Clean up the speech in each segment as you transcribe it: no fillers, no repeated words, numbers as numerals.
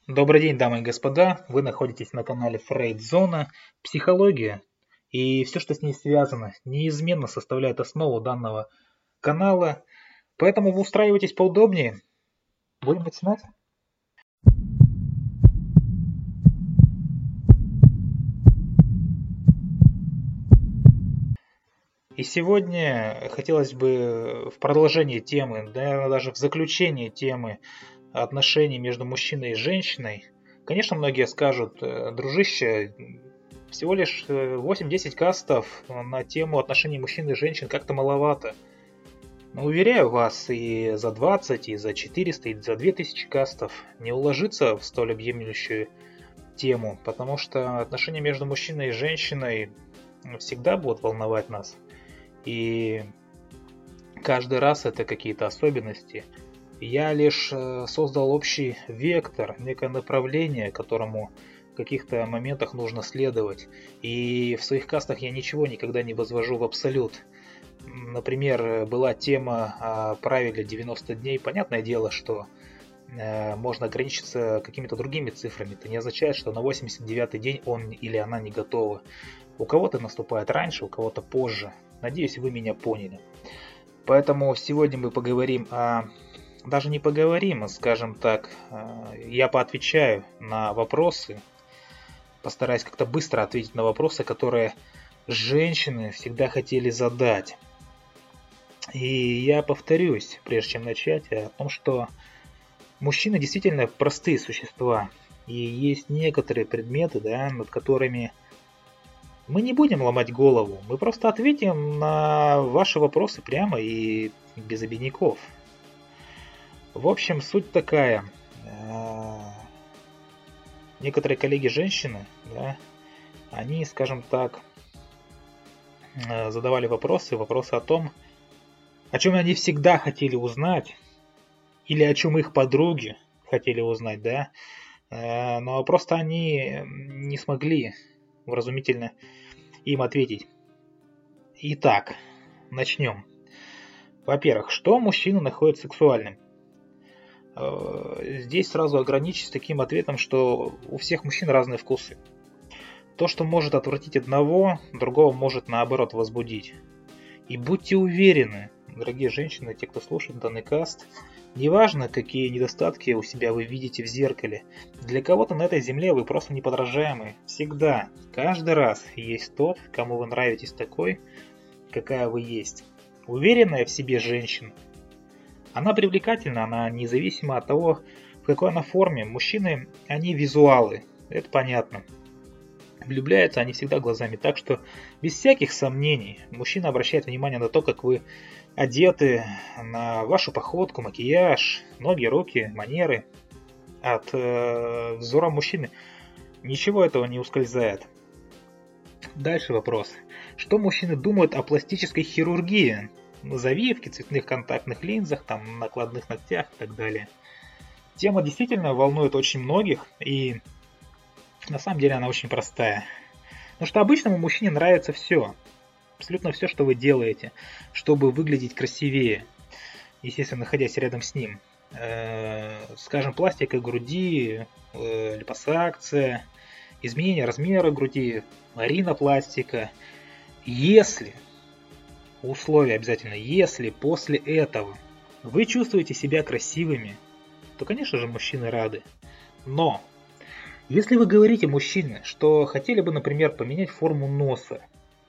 Добрый день, дамы и господа. Вы находитесь на канале Фрейд-зона, психология и все, что с ней связано, неизменно составляет основу данного канала. Поэтому вы устраивайтесь поудобнее. Будем начинать? И сегодня хотелось бы в продолжении темы, наверное, даже в заключении темы отношений между мужчиной и женщиной. Конечно, многие скажут: дружище, всего лишь 8-10 кастов на тему отношений мужчин и женщин как-то маловато. Но уверяю вас, и за 20, и за 400, и за 2000 кастов не уложиться в столь объемлющую тему, потому что отношения между мужчиной и женщиной всегда будут волновать нас. И каждый раз это какие-то особенности. Я лишь создал общий вектор, некое направление, которому в каких-то моментах нужно следовать. И в своих кастах я ничего никогда не возвожу в абсолют. Например, была тема о правиле 90 дней. Понятное дело, что можно ограничиться какими-то другими цифрами. Это не означает, что на 89-й день он или она не готовы. У кого-то наступает раньше, у кого-то позже. Надеюсь, вы меня поняли. Поэтому сегодня мы поговорим даже не поговорим, а скажем так, я поотвечаю на вопросы, постараюсь как-то быстро ответить на вопросы, которые женщины всегда хотели задать. И я повторюсь, прежде чем начать, о том, что мужчины действительно простые существа. И есть некоторые предметы, над которыми мы не будем ломать голову. Мы просто ответим на ваши вопросы прямо и без обиняков. В общем, суть такая. Некоторые коллеги-женщины, они, скажем так, задавали вопросы о том, о чем они всегда хотели узнать, или о чем их подруги хотели узнать, но просто они не смогли вразумительно им ответить. Итак, начнем. Во-первых, что мужчину находит сексуальным? Здесь сразу ограничусь таким ответом, что у всех мужчин разные вкусы. То, что может отвратить одного, другого может наоборот возбудить. И будьте уверены, дорогие женщины, те, кто слушает данный каст, неважно, какие недостатки у себя вы видите в зеркале, для кого-то на этой земле вы просто неподражаемы. Всегда, каждый раз есть тот, кому вы нравитесь такой, какая вы есть. Уверенная в себе женщина, она привлекательна, она независимо от того, в какой она форме. Мужчины, они визуалы, это понятно. Влюбляются они всегда глазами, так что без всяких сомнений мужчина обращает внимание на то, как вы одеты, на вашу походку, макияж, ноги, руки, манеры. От взора мужчины ничего этого не ускользает. Дальше вопрос. Что мужчины думают о пластической хирургии? Завивки, цветных контактных линзах, накладных ногтях и так далее. Тема действительно волнует очень многих, и на самом деле она очень простая. Потому что обычному мужчине нравится все. Абсолютно все, что вы делаете, чтобы выглядеть красивее, естественно, находясь рядом с ним. Скажем, пластика груди, липосакция, изменение размера груди, ринопластика. Если, условие обязательно, если после этого вы чувствуете себя красивыми, то, конечно же, мужчины рады. Но если вы говорите мужчине, что хотели бы, например, поменять форму носа,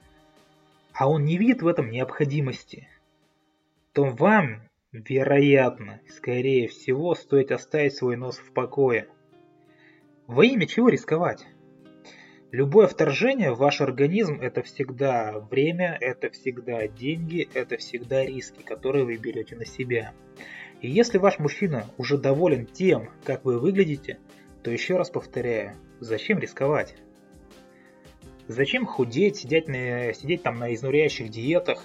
а он не видит в этом необходимости, то вам, вероятно, скорее всего, стоит оставить свой нос в покое. Во имя чего рисковать? Любое вторжение в ваш организм – это всегда время, это всегда деньги, это всегда риски, которые вы берете на себя. И если ваш мужчина уже доволен тем, как вы выглядите, то еще раз повторяю, зачем рисковать? Зачем худеть, сидеть на изнуряющих диетах,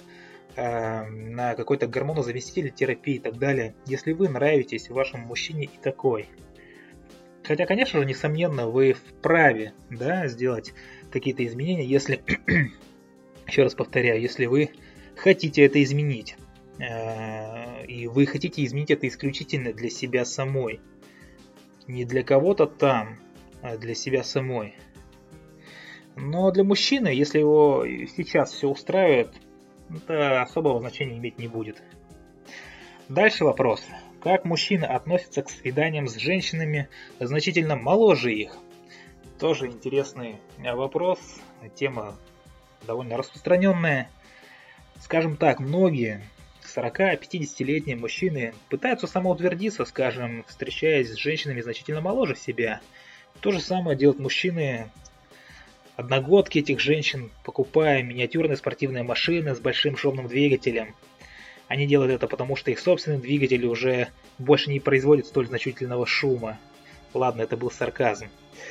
на какой-то гормонозаместительной терапии и так далее, если вы нравитесь вашему мужчине и такой? Хотя, конечно же, несомненно, вы вправе сделать какие-то изменения, если, еще раз повторяю, если вы хотите это изменить. И вы хотите изменить это исключительно для себя самой. не для кого-то там, а для себя самой. Но для мужчины, если его сейчас все устраивает, это особого значения иметь не будет. Дальше вопрос. Как мужчины относятся к свиданиям с женщинами значительно моложе их? Тоже интересный вопрос, тема довольно распространенная. Скажем так, многие 40-50-летние мужчины пытаются самоутвердиться, скажем, встречаясь с женщинами значительно моложе себя. То же самое делают мужчины, одногодки этих женщин, покупая миниатюрные спортивные машины с большим шумным двигателем. Они делают это потому, что их собственный двигатель уже больше не производит столь значительного шума. Ладно, это был сарказм.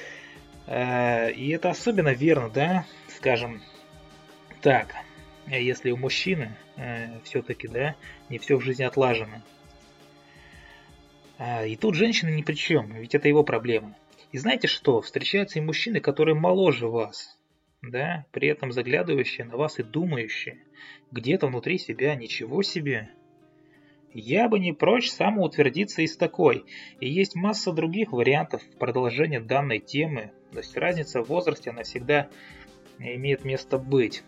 И это особенно верно, да, скажем так, если у мужчины все-таки, да, не все в жизни отлажено. И тут женщина ни при чем, ведь это его проблема. И знаете что, встречаются и мужчины, которые моложе вас, да, при этом заглядывающие на вас и думающие где-то внутри себя: ничего себе, я бы не прочь самоутвердиться и с такой. И есть масса других вариантов продолжения данной темы. То есть разница в возрасте, она всегда имеет место быть.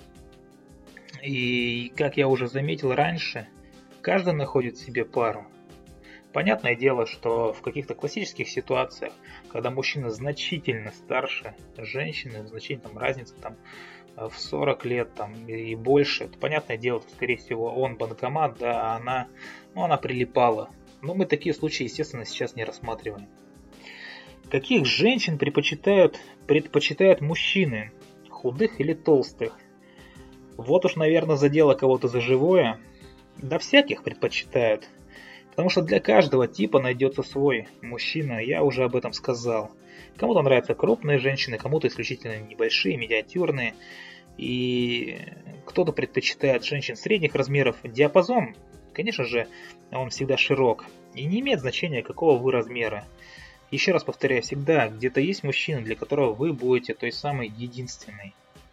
И, как я уже заметил раньше, каждый находит себе пару. Понятное дело, что в каких-то классических ситуациях, когда мужчина значительно старше женщины, значительно там разница там в 40 лет там, и больше, то понятное дело, что, скорее всего, он банкомат, да, а она прилипала. Но мы такие случаи, естественно, сейчас не рассматриваем. Каких женщин предпочитают мужчины? Худых или толстых? Вот уж, наверное, задело кого-то за живое. Да всяких предпочитают. Потому что для каждого типа найдется свой мужчина, я уже об этом сказал. Кому-то нравятся крупные женщины, кому-то исключительно небольшие, миниатюрные. И кто-то предпочитает женщин средних размеров. Диапазон, конечно же, он всегда широк. И не имеет значения, какого вы размера. Еще раз повторяю, всегда где-то есть мужчина, для которого вы будете той самой единственной.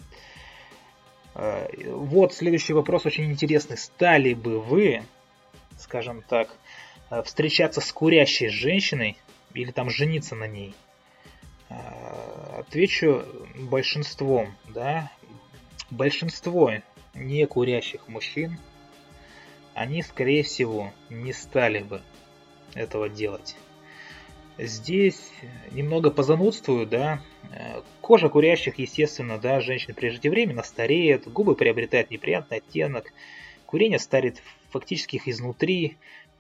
Вот следующий вопрос очень интересный. Стали бы вы, скажем так, встречаться с курящей женщиной или там жениться на ней? Отвечу большинством, да. Большинство некурящих мужчин, они, скорее всего, не стали бы этого делать. Здесь немного позанудствую, да. Кожа курящих, естественно, да, женщин преждевременно стареет, губы приобретают неприятный оттенок, курение старит фактически их изнутри.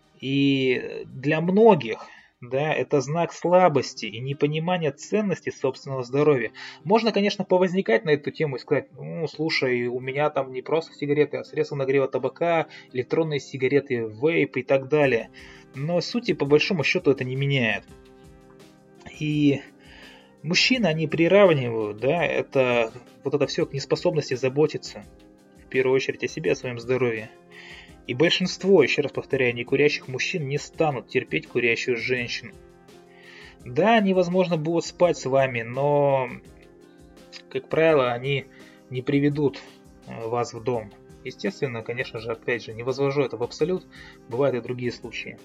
И для многих, да, это знак слабости и непонимания ценности собственного здоровья. Можно, конечно, повозникать на эту тему и сказать: ну, слушай, у меня там не просто сигареты, а средства нагрева табака, электронные сигареты, вейп и так далее. Но сути по большому счету это не меняет. И мужчины, они приравнивают, да, это все к неспособности заботиться, в первую очередь, о себе, о своем здоровье. И большинство, еще раз повторяю, некурящих мужчин не станут терпеть курящую женщину. Да, они, возможно, будут спать с вами, но, как правило, они не приведут вас в дом. Естественно, конечно же, опять же, не возвожу это в абсолют, бывают и другие случаи.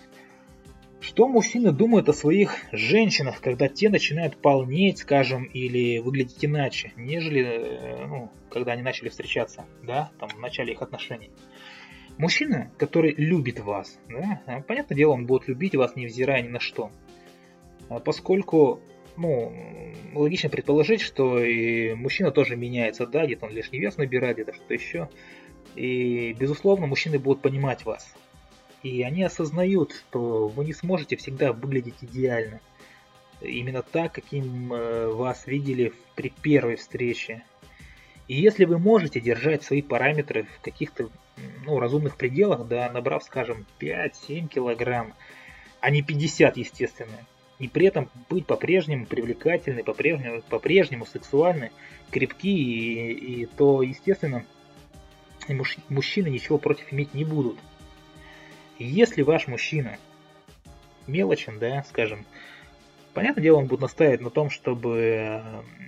Что мужчины думают о своих женщинах, когда те начинают полнеть, скажем, или выглядеть иначе, нежели, когда они начали встречаться, да, там, в начале их отношений? Мужчина, который любит вас, да, понятное дело, он будет любить вас, невзирая ни на что. Поскольку, логично предположить, что и мужчина тоже меняется, да, где-то он лишний вес набирает, где-то что-то еще. И, безусловно, мужчины будут понимать вас. И они осознают, что вы не сможете всегда выглядеть идеально. Именно так, каким вас видели при первой встрече. И если вы можете держать свои параметры в каких-то разумных пределах, да, набрав, скажем, 5-7 килограмм, а не 50, естественно, и при этом быть по-прежнему привлекательной, по-прежнему сексуальной, крепки, то, естественно, мужчины ничего против иметь не будут. И если ваш мужчина мелочен, да, скажем, понятное дело, он будет настаивать на том, чтобы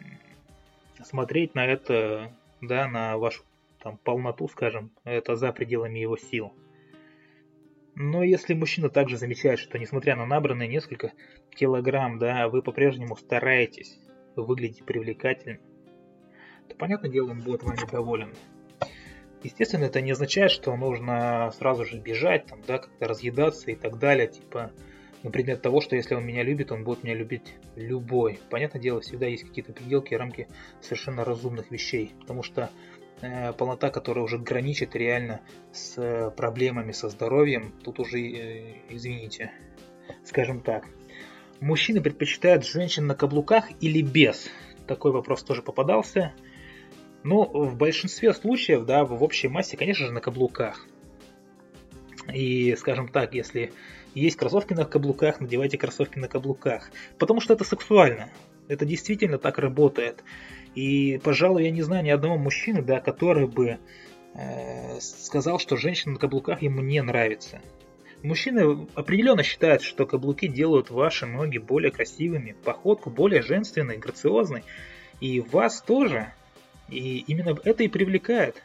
смотреть на это, да, на вашу там полноту, скажем, это за пределами его сил. Но если мужчина также замечает, что несмотря на набранные несколько килограмм, да, вы по-прежнему стараетесь выглядеть привлекательно, то, понятное дело, он будет вами доволен. Естественно, это не означает, что нужно сразу же бежать, там, да, как-то разъедаться и так далее, типа, на предмет того, что если он меня любит, он будет меня любить любой. Понятное дело, всегда есть какие-то пределки и рамки совершенно разумных вещей, потому что полнота, которая уже граничит реально с проблемами со здоровьем, тут уже, извините, скажем так. Мужчины предпочитают женщин на каблуках или без? Такой вопрос тоже попадался. Но в большинстве случаев, да, в общей массе, конечно же, на каблуках. И, скажем так, если есть кроссовки на каблуках, надевайте кроссовки на каблуках. Потому что это сексуально. Это действительно так работает. И, пожалуй, я не знаю ни одного мужчины, да, который бы сказал, что женщина на каблуках ему не нравится. Мужчины определенно считают, что каблуки делают ваши ноги более красивыми, походку более женственной, грациозной. И вас тоже. И именно это и привлекает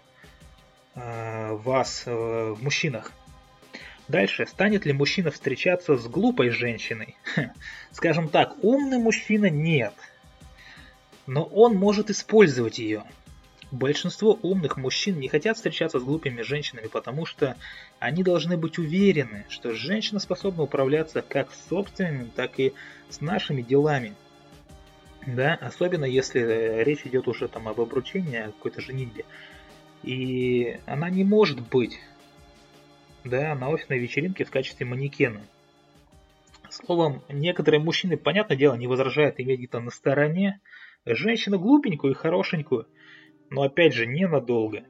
вас в мужчинах. Дальше. Станет ли мужчина встречаться с глупой женщиной? Скажем так, умный мужчина нет. Но он может использовать ее. Большинство умных мужчин не хотят встречаться с глупыми женщинами, потому что они должны быть уверены, что женщина способна управляться как с собственными, так и с нашими делами. Да, особенно если речь идет уже там об обручении, о какой-то женитьбе. И она не может быть, да, на офисной вечеринке в качестве манекена. Словом, некоторые мужчины, понятное дело, не возражают иметь где-то на стороне женщину глупенькую и хорошенькую, но опять же ненадолго.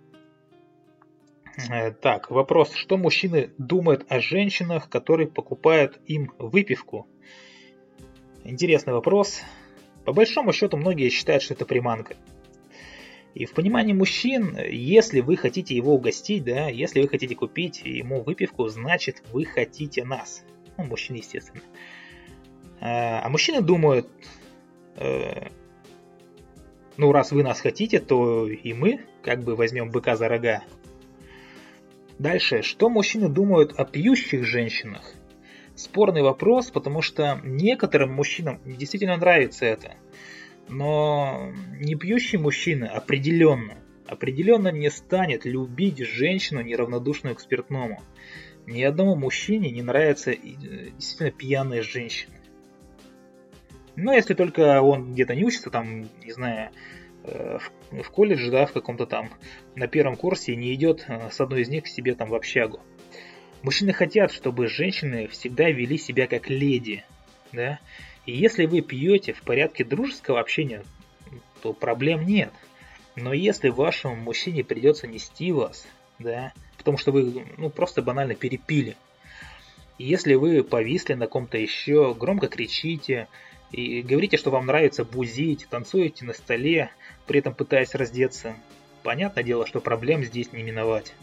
Так, вопрос, что мужчины думают о женщинах, которые покупают им выпивку? Интересный вопрос. По большому счету, многие считают, что это приманка. И в понимании мужчин, если вы хотите его угостить, да, если вы хотите купить ему выпивку, значит вы хотите нас. Ну, мужчин, естественно. А мужчины думают, ну, раз вы нас хотите, то и мы как бы возьмем быка за рога. Дальше, что мужчины думают о пьющих женщинах? Спорный вопрос, потому что некоторым мужчинам действительно нравится это. Но не пьющий мужчина определенно не станет любить женщину, неравнодушную к спиртному. Ни одному мужчине не нравятся действительно пьяные женщины. Но если только он где-то не учится, там, не знаю, в колледже, да, в каком-то там, на первом курсе, и не идет с одной из них к себе там в общагу. Мужчины хотят, чтобы женщины всегда вели себя как леди, да. И если вы пьете в порядке дружеского общения, то проблем нет. Но если вашему мужчине придется нести вас, да, потому что вы, ну, просто банально перепили, и если вы повисли на ком-то еще, громко кричите и говорите, что вам нравится бузить, танцуете на столе, при этом пытаясь раздеться, понятное дело, что проблем здесь не миновать.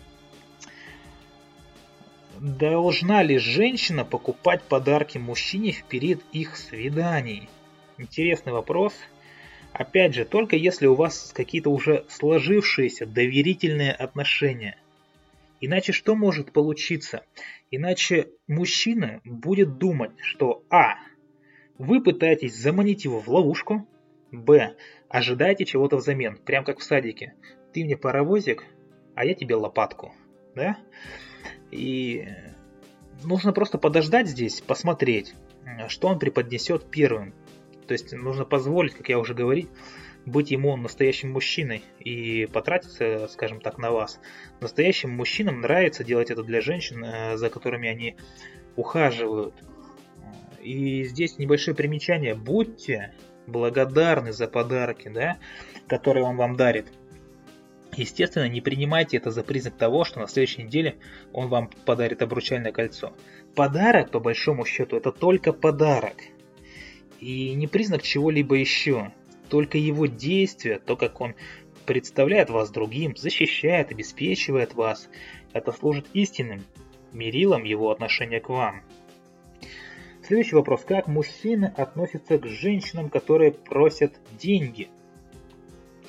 Должна ли женщина покупать подарки мужчине в период их свиданий? Интересный вопрос. Опять же, только если у вас какие-то уже сложившиеся доверительные отношения. Иначе что может получиться? Иначе мужчина будет думать, что вы пытаетесь заманить его в ловушку, б. ожидаете чего-то взамен, прям как в садике. Ты мне паровозик, а я тебе лопатку. Да? И нужно просто подождать здесь, посмотреть, что он преподнесет первым. То есть нужно позволить, как я уже говорил, быть ему настоящим мужчиной и потратиться, скажем так, на вас. Настоящим мужчинам нравится делать это для женщин, за которыми они ухаживают. И здесь небольшое примечание. Будьте благодарны за подарки, да, которые он вам дарит. Естественно, не принимайте это за признак того, что на следующей неделе он вам подарит обручальное кольцо. Подарок, по большому счету, это только подарок. И не признак чего-либо еще. Только его действия, то, как он представляет вас другим, защищает, обеспечивает вас, это служит истинным мерилом его отношения к вам. Следующий вопрос. Как мужчины относятся к женщинам, которые просят деньги?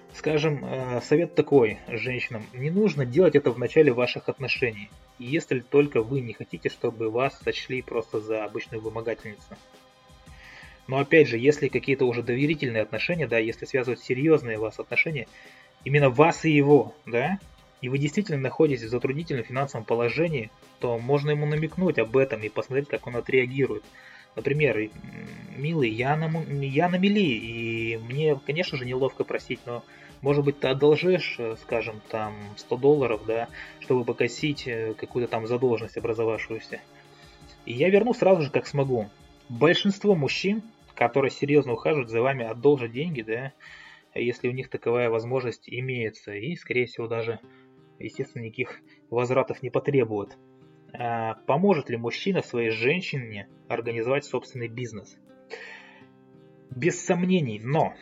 Скажем, совет такой женщинам: не нужно делать это в начале ваших отношений, если только вы не хотите, чтобы вас сочли просто за обычную вымогательницу. Но опять же, если какие-то уже доверительные отношения, да, если связывают серьезные вас отношения, именно вас и его, да, и вы действительно находитесь в затруднительном финансовом положении, то можно ему намекнуть об этом и посмотреть, как он отреагирует. Например, милый, я на мели, и мне, конечно же, неловко просить, но, может быть, ты одолжишь, скажем, там, $100, да, чтобы погасить какую-то там задолженность образовавшуюся. И я верну сразу же, как смогу. Большинство мужчин, которые серьезно ухаживают за вами, одолжат деньги, да, если у них таковая возможность имеется, и, скорее всего, даже, естественно, никаких возвратов не потребуют. Поможет ли мужчина своей женщине организовать собственный бизнес? Без сомнений, но,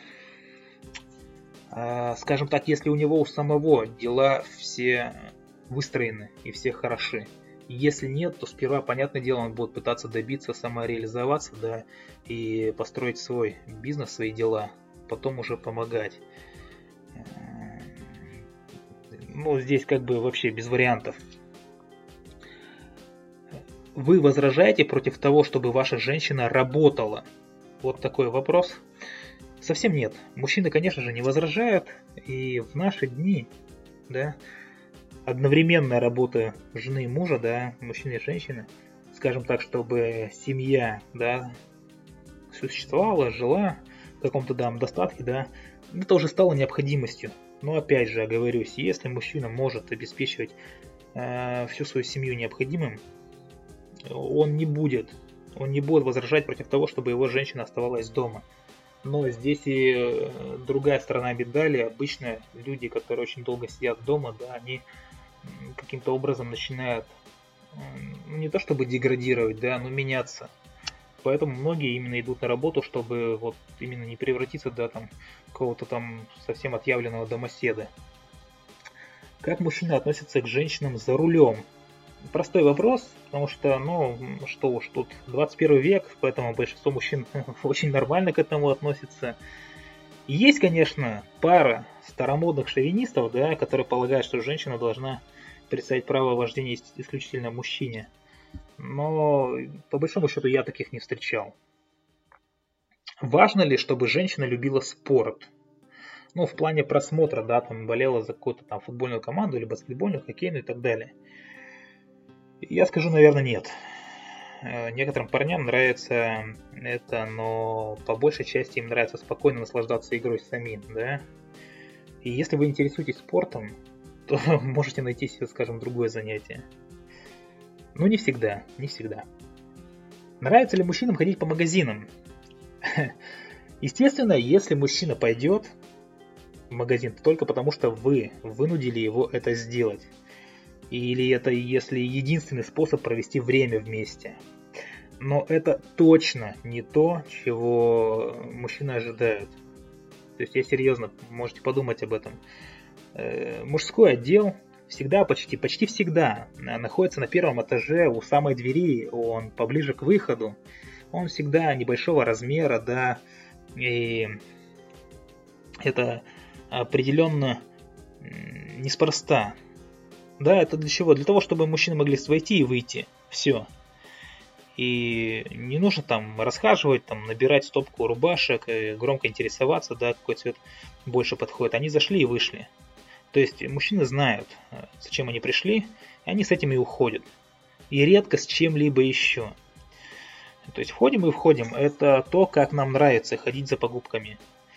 скажем так, если у него у самого дела все выстроены и все хороши, если нет, то сперва, понятное дело, он будет пытаться добиться самореализоваться, да, и построить свой бизнес, свои дела, потом уже помогать. Ну, здесь как бы вообще без вариантов. Вы возражаете против того, чтобы ваша женщина работала? Вот такой вопрос. Совсем нет. Мужчины, конечно же, не возражают. И в наши дни, да, одновременная работа жены и мужа, да, мужчины и женщины, скажем так, чтобы семья, да, существовала, жила в каком-то, да, достатке, да, это уже стало необходимостью. Но опять же, оговорюсь, если мужчина может обеспечивать всю свою семью необходимым, он не будет возражать против того, чтобы его женщина оставалась дома. Но здесь и другая сторона медали. Обычно люди, которые очень долго сидят дома, да, они каким-то образом начинают не то чтобы деградировать, да, но меняться. Поэтому многие именно идут на работу, чтобы вот именно не превратиться, да, там, какого-то там совсем отъявленного домоседа. Как мужчина относится к женщинам за рулем? Простой вопрос, потому что, ну, что уж, тут 21 век, поэтому большинство мужчин очень нормально к этому относится. Есть, конечно, пара старомодных шовинистов, да, которые полагают, что женщина должна представить право вождения исключительно мужчине. Но, по большому счету, я таких не встречал. Важно ли, чтобы женщина любила спорт? Ну, в плане просмотра, да, там болела за какую-то там футбольную команду, или баскетбольную, хоккейную и так далее. Я скажу, наверное, нет. Некоторым парням нравится это, но по большей части им нравится спокойно наслаждаться игрой самим, да. И если вы интересуетесь спортом, то можете найти себе, скажем, другое занятие. Но не всегда, не всегда. Нравится ли мужчинам ходить по магазинам? Естественно, если мужчина пойдет в магазин, то только потому, что вы вынудили его это сделать. Или это если единственный способ провести время вместе. Но это точно не то, чего мужчины ожидают. То есть я серьезно, можете подумать об этом. Мужской отдел всегда, почти всегда находится на первом этаже у самой двери, он поближе к выходу. Он всегда небольшого размера, да, и это определенно неспроста. Да, это для чего? Для того, чтобы мужчины могли войти и выйти. Все. И не нужно там расхаживать, там, набирать стопку рубашек, и громко интересоваться, да, какой цвет больше подходит. Они зашли и вышли. То есть мужчины знают, зачем они пришли, и они с этим и уходят. И редко с чем-либо еще. То есть входим и входим. Это то, как нам нравится ходить за покупками.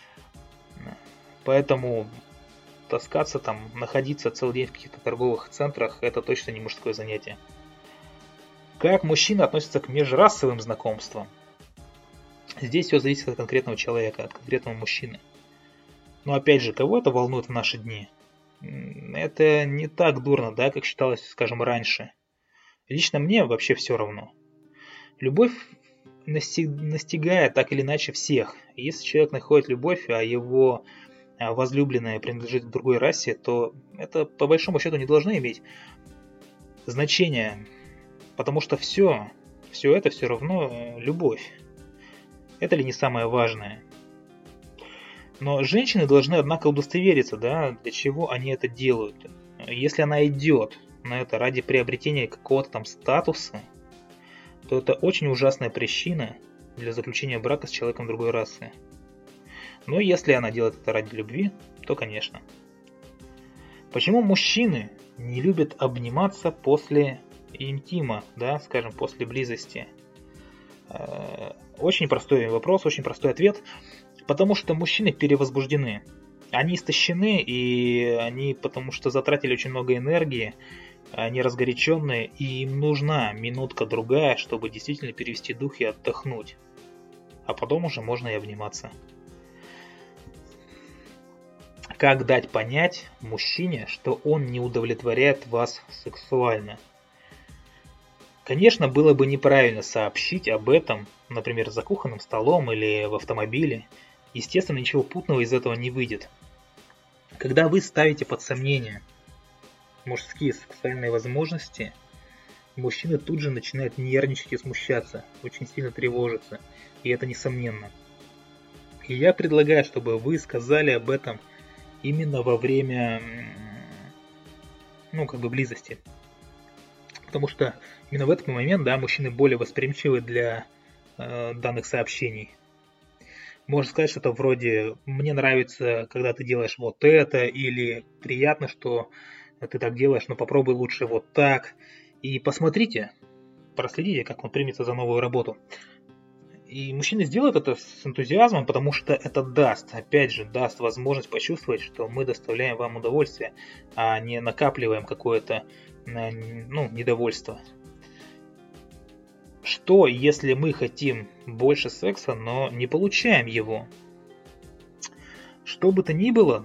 Поэтому таскаться там, находиться целый день в каких-то торговых центрах, это точно не мужское занятие. Как мужчина относится к межрасовым знакомствам? Здесь все зависит от конкретного человека, от конкретного мужчины. Но опять же, кого это волнует в наши дни? Это не так дурно, да, как считалось, скажем, раньше. Лично мне вообще все равно. Любовь настигает так или иначе всех. Если человек находит любовь, а его возлюбленная принадлежит к другой расе, то это по большому счету не должно иметь значения, потому что все это все равно любовь. Это ли не самое важное? Но женщины должны, однако, удостовериться, да, для чего они это делают. Если она идет на это ради приобретения какого-то там статуса, то это очень ужасная причина для заключения брака с человеком другой расы. Но если она делает это ради любви, то конечно. Почему мужчины не любят обниматься после интима, да, скажем, после близости? Очень простой вопрос, очень простой ответ. Потому что мужчины перевозбуждены. Они истощены, и они потому что затратили очень много энергии, они разгоряченные, и им нужна минутка-другая, чтобы действительно перевести дух и отдохнуть. А потом уже можно и обниматься. Как дать понять мужчине, что он не удовлетворяет вас сексуально? Конечно, было бы неправильно сообщить об этом, например, за кухонным столом или в автомобиле. Естественно, ничего путного из этого не выйдет. Когда вы ставите под сомнение мужские сексуальные возможности, мужчины тут же начинают нервничать и смущаться, очень сильно тревожиться, и это несомненно. И я предлагаю, чтобы вы сказали об этом именно во время, близости. Потому что именно в этот момент, да, мужчины более восприимчивы для данных сообщений. Можно сказать что-то вроде «мне нравится, когда ты делаешь вот это», или «приятно, что ты так делаешь, но попробуй лучше вот так». И посмотрите, проследите, как он примется за новую работу. И мужчины сделают это с энтузиазмом, потому что это даст возможность почувствовать, что мы доставляем вам удовольствие, а не накапливаем какое-то, недовольство. Что, если мы хотим больше секса, но не получаем его? Что бы то ни было,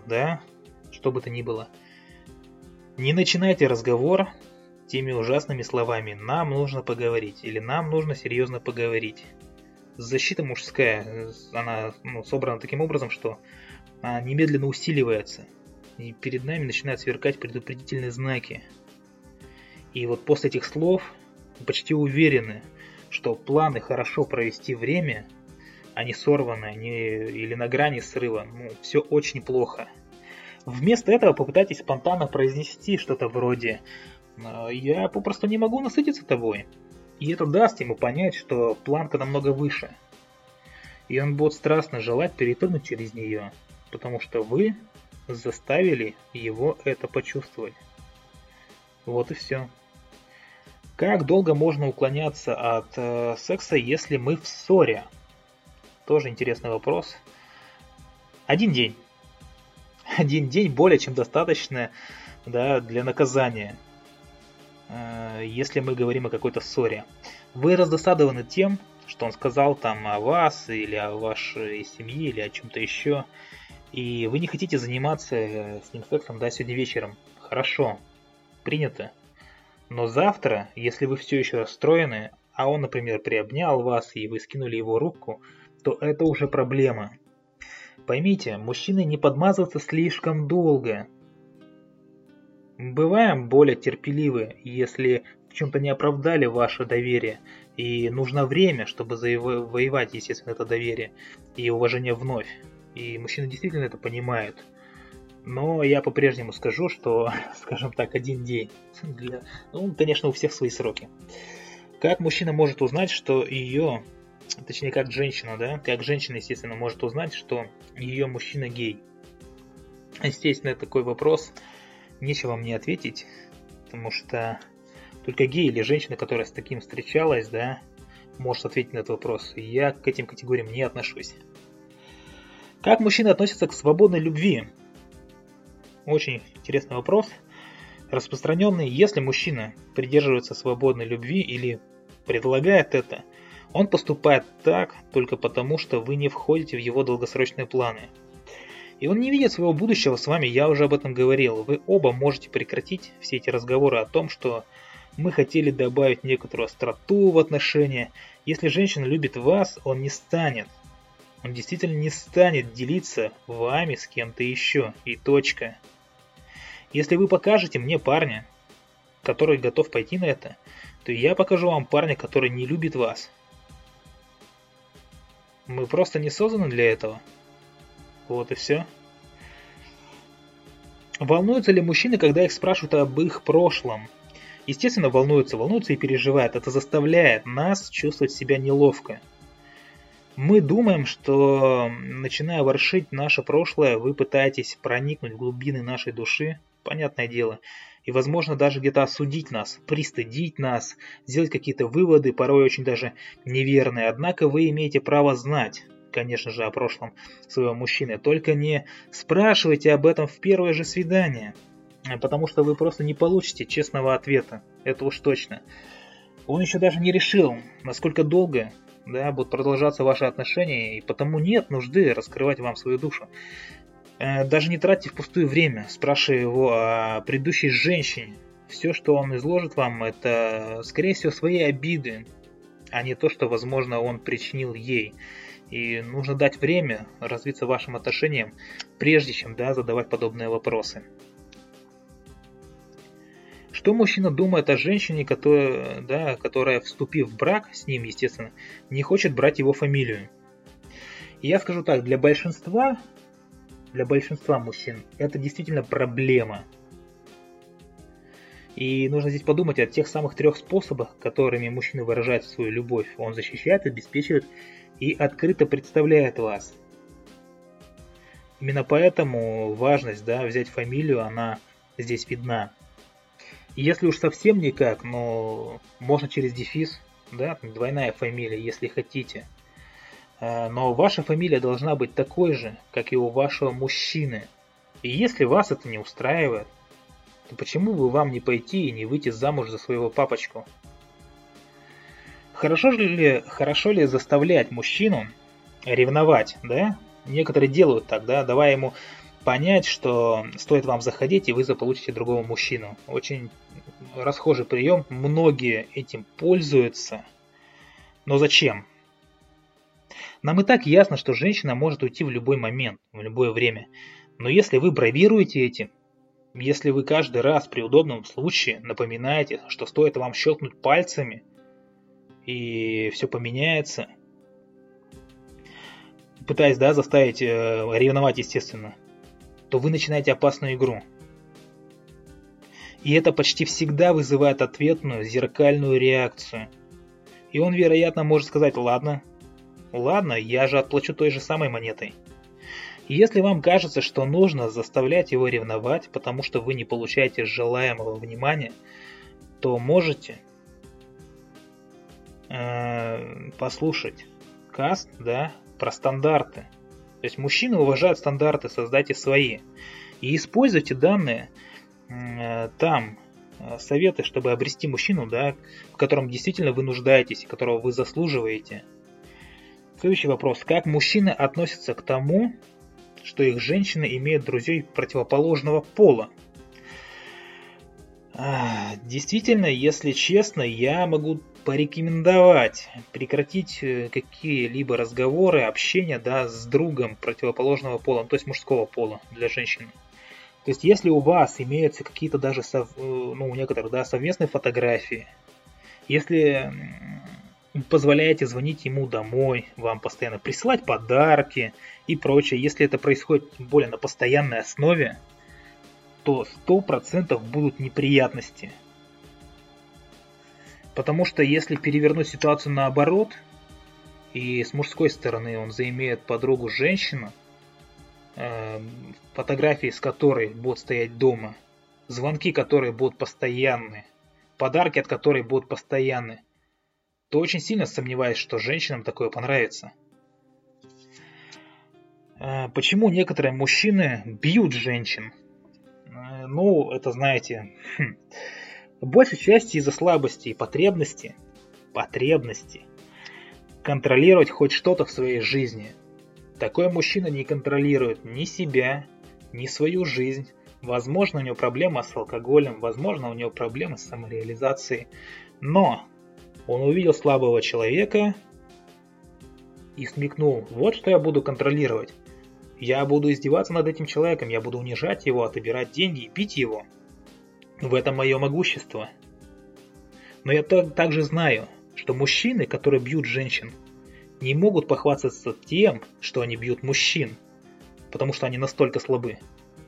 не начинайте разговор теми ужасными словами «нам нужно поговорить» или «нам нужно серьезно поговорить». Защита мужская, она собрана таким образом, что она немедленно усиливается, и перед нами начинают сверкать предупредительные знаки. И вот после этих слов мы почти уверены, что планы хорошо провести время, они сорваны, или на грани срыва, все очень плохо. Вместо этого попытайтесь спонтанно произнести что-то вроде «я попросту не могу насытиться тобой». И это даст ему понять, что планка намного выше. И он будет страстно желать перепрыгнуть через нее, потому что вы заставили его это почувствовать. Вот и все. Как долго можно уклоняться от секса, если мы в ссоре? Тоже интересный вопрос. 1 день. 1 день более чем достаточно, да, для наказания, если мы говорим о какой-то ссоре. Вы раздосадованы тем, что он сказал там о вас, или о вашей семье, или о чем-то еще, и вы не хотите заниматься с ним сексом, да, сегодня вечером. Хорошо, принято. Но завтра, если вы все еще расстроены, а он, например, приобнял вас, и вы скинули его руку, то это уже проблема. Поймите, мужчины не подмазываются слишком долго. Бываем более терпеливы, если в чем-то не оправдали ваше доверие, и нужно время, чтобы завоевать, естественно, это доверие и уважение вновь. И мужчины действительно это понимают. Но я по-прежнему скажу, что, скажем так, 1 день. Конечно, у всех свои сроки. Как мужчина может узнать, что ее, точнее, как женщина, да, как женщина, естественно, может узнать, что ее мужчина гей? Естественно, такой вопрос нечего мне ответить, потому что только гей или женщина, которая с таким встречалась, да, может ответить на этот вопрос. Я к этим категориям не отношусь. Как мужчины относятся к свободной любви? Очень интересный вопрос, распространенный. Если мужчина придерживается свободной любви или предлагает это, он поступает так только потому, что вы не входите в его долгосрочные планы. И он не видит своего будущего с вами, я уже об этом говорил. Вы оба можете прекратить все эти разговоры о том, что мы хотели добавить некоторую остроту в отношения. Если женщина любит вас, он действительно не станет делиться вами с кем-то еще. И точка. Если вы покажете мне парня, который готов пойти на это, то я покажу вам парня, который не любит вас. Мы просто не созданы для этого. Вот и все. Волнуются ли мужчины, когда их спрашивают об их прошлом? Естественно, волнуются и переживают. Это заставляет нас чувствовать себя неловко. Мы думаем, что, начиная ворошить наше прошлое, вы пытаетесь проникнуть в глубины нашей души, понятное дело, и, возможно, даже где-то осудить нас, пристыдить нас, сделать какие-то выводы, порой очень даже неверные. Однако вы имеете право знать, конечно же, о прошлом своего мужчины. Только не спрашивайте об этом в первое же свидание, потому что вы просто не получите честного ответа. Это уж точно. Он еще даже не решил, насколько долго будут продолжаться ваши отношения, и потому нет нужды раскрывать вам свою душу. Даже не тратьте впустую время, спрашивая его о предыдущей женщине. Все, что он изложит вам, это, скорее всего, свои обиды, а не то, что, возможно, он причинил ей. И нужно дать время развиться вашим отношениям, прежде чем задавать подобные вопросы. Что мужчина думает о женщине, которая, вступив в брак с ним, естественно, не хочет брать его фамилию? И я скажу так, для большинства мужчин это действительно проблема. И нужно здесь подумать о тех самых 3 способах, которыми мужчина выражает свою любовь. Он защищает, обеспечивает и открыто представляет вас. Именно поэтому важность взять фамилию, она здесь видна. И если уж совсем никак, но можно через дефис, двойная фамилия, если хотите. Но ваша фамилия должна быть такой же, как и у вашего мужчины. И если вас это не устраивает, то почему бы вам не пойти и не выйти замуж за своего папочку? Хорошо ли заставлять мужчину ревновать, Некоторые делают так, давая ему понять, что стоит вам заходить, и вы заполучите другого мужчину. Очень расхожий прием, многие этим пользуются. Но зачем? Нам и так ясно, что женщина может уйти в любой момент, в любое время. Но если вы бравируете этим, если вы каждый раз при удобном случае напоминаете, что стоит вам щелкнуть пальцами, и все поменяется, пытаясь заставить ревновать, естественно, то вы начинаете опасную игру. И это почти всегда вызывает ответную зеркальную реакцию. И он, вероятно, может сказать: ладно, я же отплачу той же самой монетой. И если вам кажется, что нужно заставлять его ревновать, потому что вы не получаете желаемого внимания, то можете послушать каст, про стандарты. То есть мужчины уважают стандарты, создайте свои. И используйте данные там советы, чтобы обрести мужчину, в котором действительно вы нуждаетесь, которого вы заслуживаете. Следующий вопрос. Как мужчины относятся к тому, что их женщины имеют друзей противоположного пола? Действительно, если честно, я могу порекомендовать прекратить какие-либо разговоры, общение с другом противоположного пола, то есть мужского пола для женщины. То есть если у вас имеются какие-то даже у некоторых совместные фотографии, если позволяете звонить ему домой, вам постоянно присылать подарки и прочее, если это происходит тем более на постоянной основе, то 100% будут неприятности. Потому что если перевернуть ситуацию наоборот, и с мужской стороны он заимеет подругу женщину, фотографии с которой будут стоять дома, звонки, которые будут постоянны, подарки, от которой будут постоянны, то очень сильно сомневаюсь, что женщинам такое понравится. Почему некоторые мужчины бьют женщин? Это знаете, в большей части из-за слабости и потребности контролировать хоть что-то в своей жизни. Такой мужчина не контролирует ни себя, ни свою жизнь. Возможно, у него проблемы с алкоголем, возможно, у него проблемы с самореализацией. Но он увидел слабого человека и смекнул: вот что я буду контролировать. Я буду издеваться над этим человеком, я буду унижать его, отобирать деньги и бить его. В этом мое могущество. Но я также знаю, что мужчины, которые бьют женщин, не могут похвастаться тем, что они бьют мужчин. потому что они настолько слабы.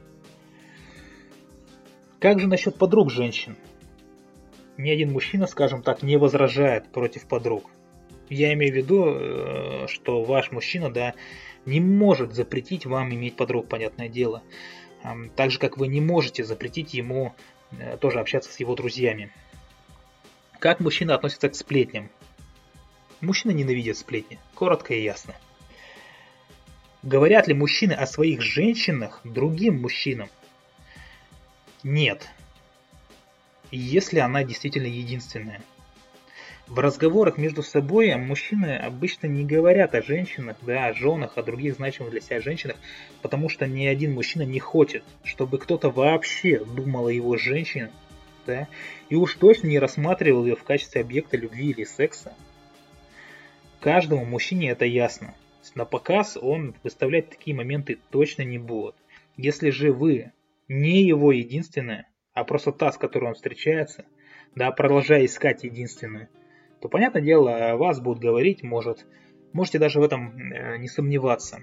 Как же насчет подруг женщин? Ни один мужчина, скажем так, не возражает против подруг. Я имею в виду, что ваш мужчина, да, не может запретить вам иметь подруг, понятное дело. Так же, как вы не можете запретить ему тоже общаться с его друзьями. Как мужчина относится к сплетням? Мужчина ненавидит сплетни, коротко и ясно. Говорят ли мужчины о своих женщинах другим мужчинам? Нет. Если она действительно единственная. В разговорах между собой мужчины обычно не говорят о женщинах, да, о женах, о других значимых для себя женщинах, потому что ни один мужчина не хочет, чтобы кто-то вообще думал о его женщине, да, и уж точно не рассматривал ее в качестве объекта любви или секса. Каждому мужчине это ясно. На показ он выставлять такие моменты точно не будет. Если же вы не его единственная, а просто та, с которой он встречается, да, продолжая искать единственную, то, понятное дело, о вас будут говорить, можете даже в этом не сомневаться.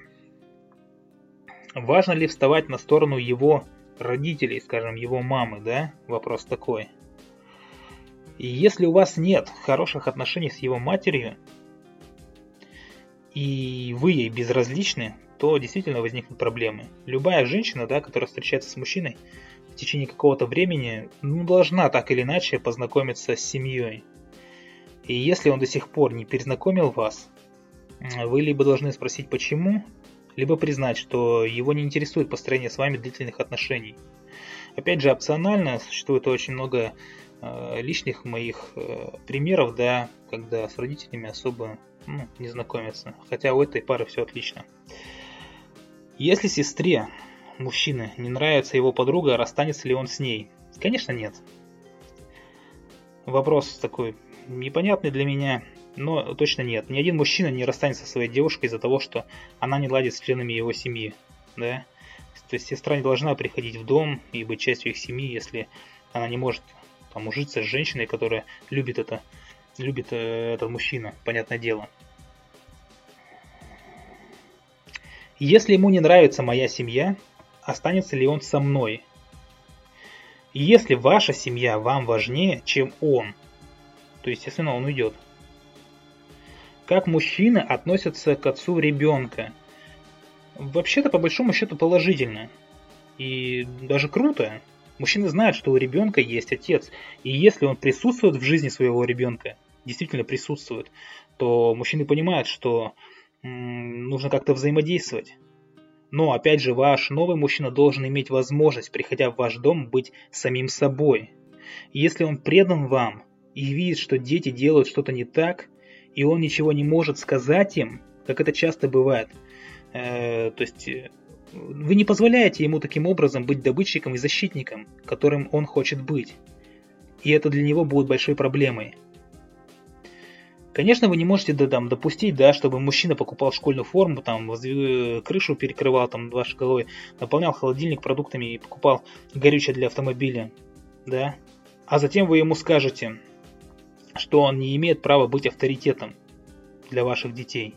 Важно ли вставать на сторону его родителей, скажем, его мамы, да? Вопрос такой. И если у вас нет хороших отношений с его матерью, и вы ей безразличны, то действительно возникнут проблемы. Любая женщина, да, которая встречается с мужчиной в течение какого-то времени, должна так или иначе познакомиться с семьей. И если он до сих пор не перезнакомил вас, вы либо должны спросить почему, либо признать, что его не интересует построение с вами длительных отношений. Опять же, опционально существует очень много лишних моих примеров, да, когда с родителями особо не знакомятся. Хотя у этой пары все отлично. Если сестре мужчины не нравится его подруга, расстанется ли он с ней? Конечно, нет. Вопрос такой непонятный для меня, но точно нет. Ни один мужчина не расстанется со своей девушкой из-за того, что она не ладит с членами его семьи. Да? То есть сестра не должна приходить в дом и быть частью их семьи, если она не может там ужиться с женщиной, которая любит этот мужчина, понятное дело. Если ему не нравится моя семья, останется ли он со мной? И если ваша семья вам важнее, чем он, то, естественно, он уйдет. Как мужчины относятся к отцу ребенка? Вообще-то, по большому счету, положительно. И даже круто. Мужчины знают, что у ребенка есть отец. И если он присутствует в жизни своего ребенка, действительно присутствует, то мужчины понимают, что нужно как-то взаимодействовать. Но, опять же, ваш новый мужчина должен иметь возможность, приходя в ваш дом, быть самим собой. И если он предан вам и видит, что дети делают что-то не так, и он ничего не может сказать им, как это часто бывает, то есть вы не позволяете ему таким образом быть добытчиком и защитником, которым он хочет быть. И это для него будет большой проблемой. Конечно, вы не можете допустить, да, чтобы мужчина покупал школьную форму, там, крышу перекрывал там, вашей головой, наполнял холодильник продуктами и покупал горючее для автомобиля, да. А затем вы ему скажете, что он не имеет права быть авторитетом для ваших детей.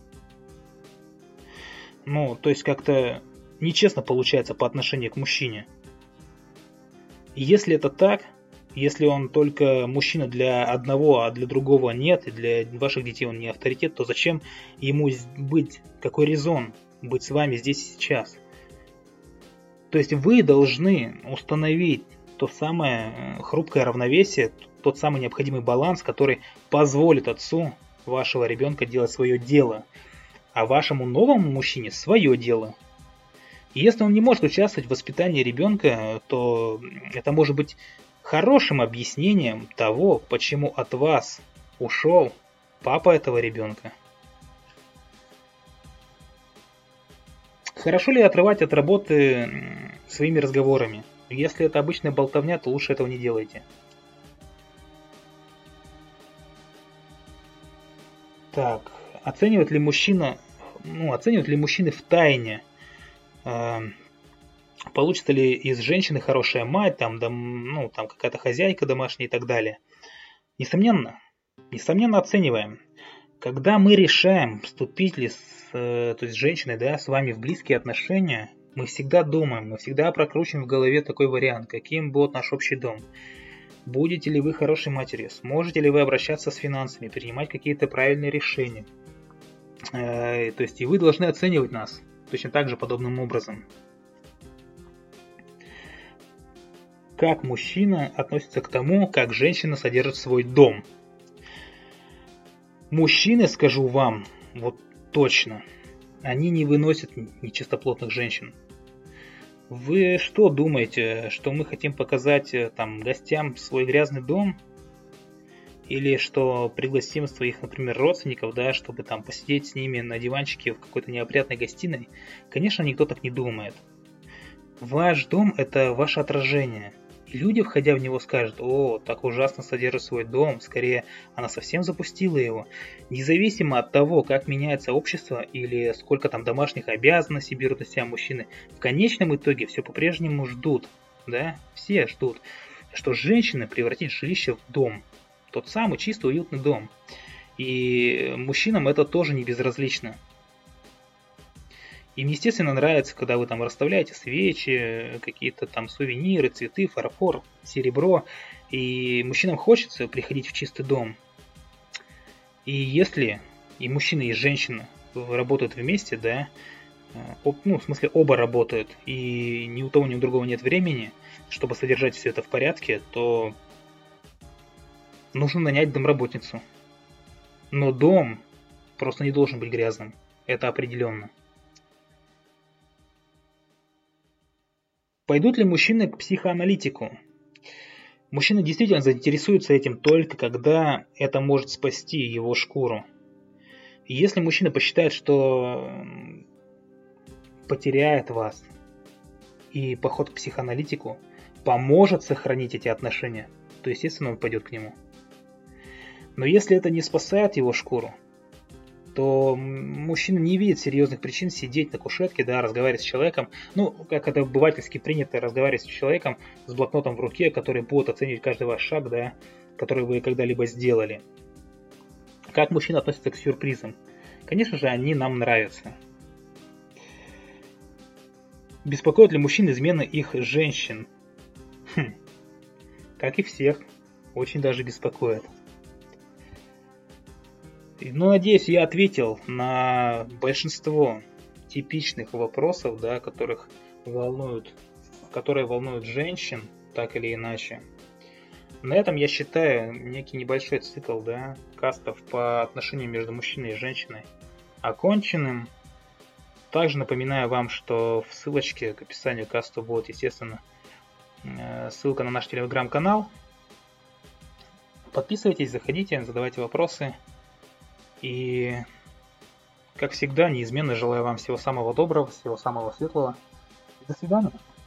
То есть как-то нечестно получается по отношению к мужчине. И если это так, если он только мужчина для одного, а для другого нет, и для ваших детей он не авторитет, то зачем ему быть, какой резон быть с вами здесь и сейчас? То есть вы должны установить то самое хрупкое равновесие, тот самый необходимый баланс, который позволит отцу вашего ребенка делать свое дело, а вашему новому мужчине свое дело. И если он не может участвовать в воспитании ребенка, то это может быть хорошим объяснением того, почему от вас ушел папа этого ребенка. Хорошо ли отрывать от работы своими разговорами? Если это обычная болтовня, то лучше этого не делайте. Так, оценивают ли мужчины в тайне, получится ли из женщины хорошая мать, там какая-то хозяйка домашняя и так далее. Несомненно оцениваем. Когда мы решаем, вступить ли с женщиной, да, с вами в близкие отношения, Мы всегда думаем, мы всегда прокручиваем в голове такой вариант, каким будет наш общий дом. Будете ли вы хорошей матерью? Сможете ли вы обращаться с финансами, принимать какие-то правильные решения? То есть и вы должны оценивать нас точно так же подобным образом. Как мужчина относится к тому, как женщина содержит свой дом? Мужчины, скажу вам, вот точно, они не выносят нечистоплотных женщин. Вы что думаете, что мы хотим показать там гостям свой грязный дом? Или что пригласим своих, например, родственников, да, чтобы там посидеть с ними на диванчике в какой-то неопрятной гостиной? Конечно, никто так не думает. Ваш дом – это ваше отражение. И люди, входя в него, скажут: о, так ужасно содержит свой дом, скорее, она совсем запустила его. Независимо от того, как меняется общество или сколько там домашних обязанностей берут на себя мужчины, в конечном итоге все по-прежнему ждут, да, все ждут, что женщина превратит жилище в дом, тот самый чистый, уютный дом. И мужчинам это тоже не безразлично. Им, естественно, нравится, когда вы там расставляете свечи, какие-то там сувениры, цветы, фарфор, серебро. И мужчинам хочется приходить в чистый дом. И если и мужчина, и женщина работают вместе, да, в смысле оба работают, и ни у того, ни у другого нет времени, чтобы содержать все это в порядке, то нужно нанять домработницу. Но дом просто не должен быть грязным. Это определенно. Пойдут ли мужчины к психоаналитику? Мужчина действительно заинтересуется этим только когда это может спасти его шкуру. И если мужчина посчитает, что потеряет вас, и поход к психоаналитику поможет сохранить эти отношения, то, естественно, он пойдет к нему. Но если это не спасает его шкуру, то мужчина не видит серьезных причин сидеть на кушетке, да, разговаривать с человеком, как это обывательски принято, разговаривать с человеком с блокнотом в руке, который будет оценивать каждый ваш шаг, да, который вы когда-либо сделали. Как мужчина относится к сюрпризам? Конечно же, они нам нравятся. Беспокоят ли мужчин измены их женщин? Как и всех, очень даже беспокоит. Надеюсь, я ответил на большинство типичных вопросов, да, которые волнуют женщин, так или иначе. На этом я считаю некий небольшой цикл, да, кастов по отношениям между мужчиной и женщиной оконченным. Также напоминаю вам, что в ссылочке к описанию каста будет, естественно, ссылка на наш телеграм-канал. Подписывайтесь, заходите, задавайте вопросы. И, как всегда, неизменно желаю вам всего самого доброго, всего самого светлого. До свидания.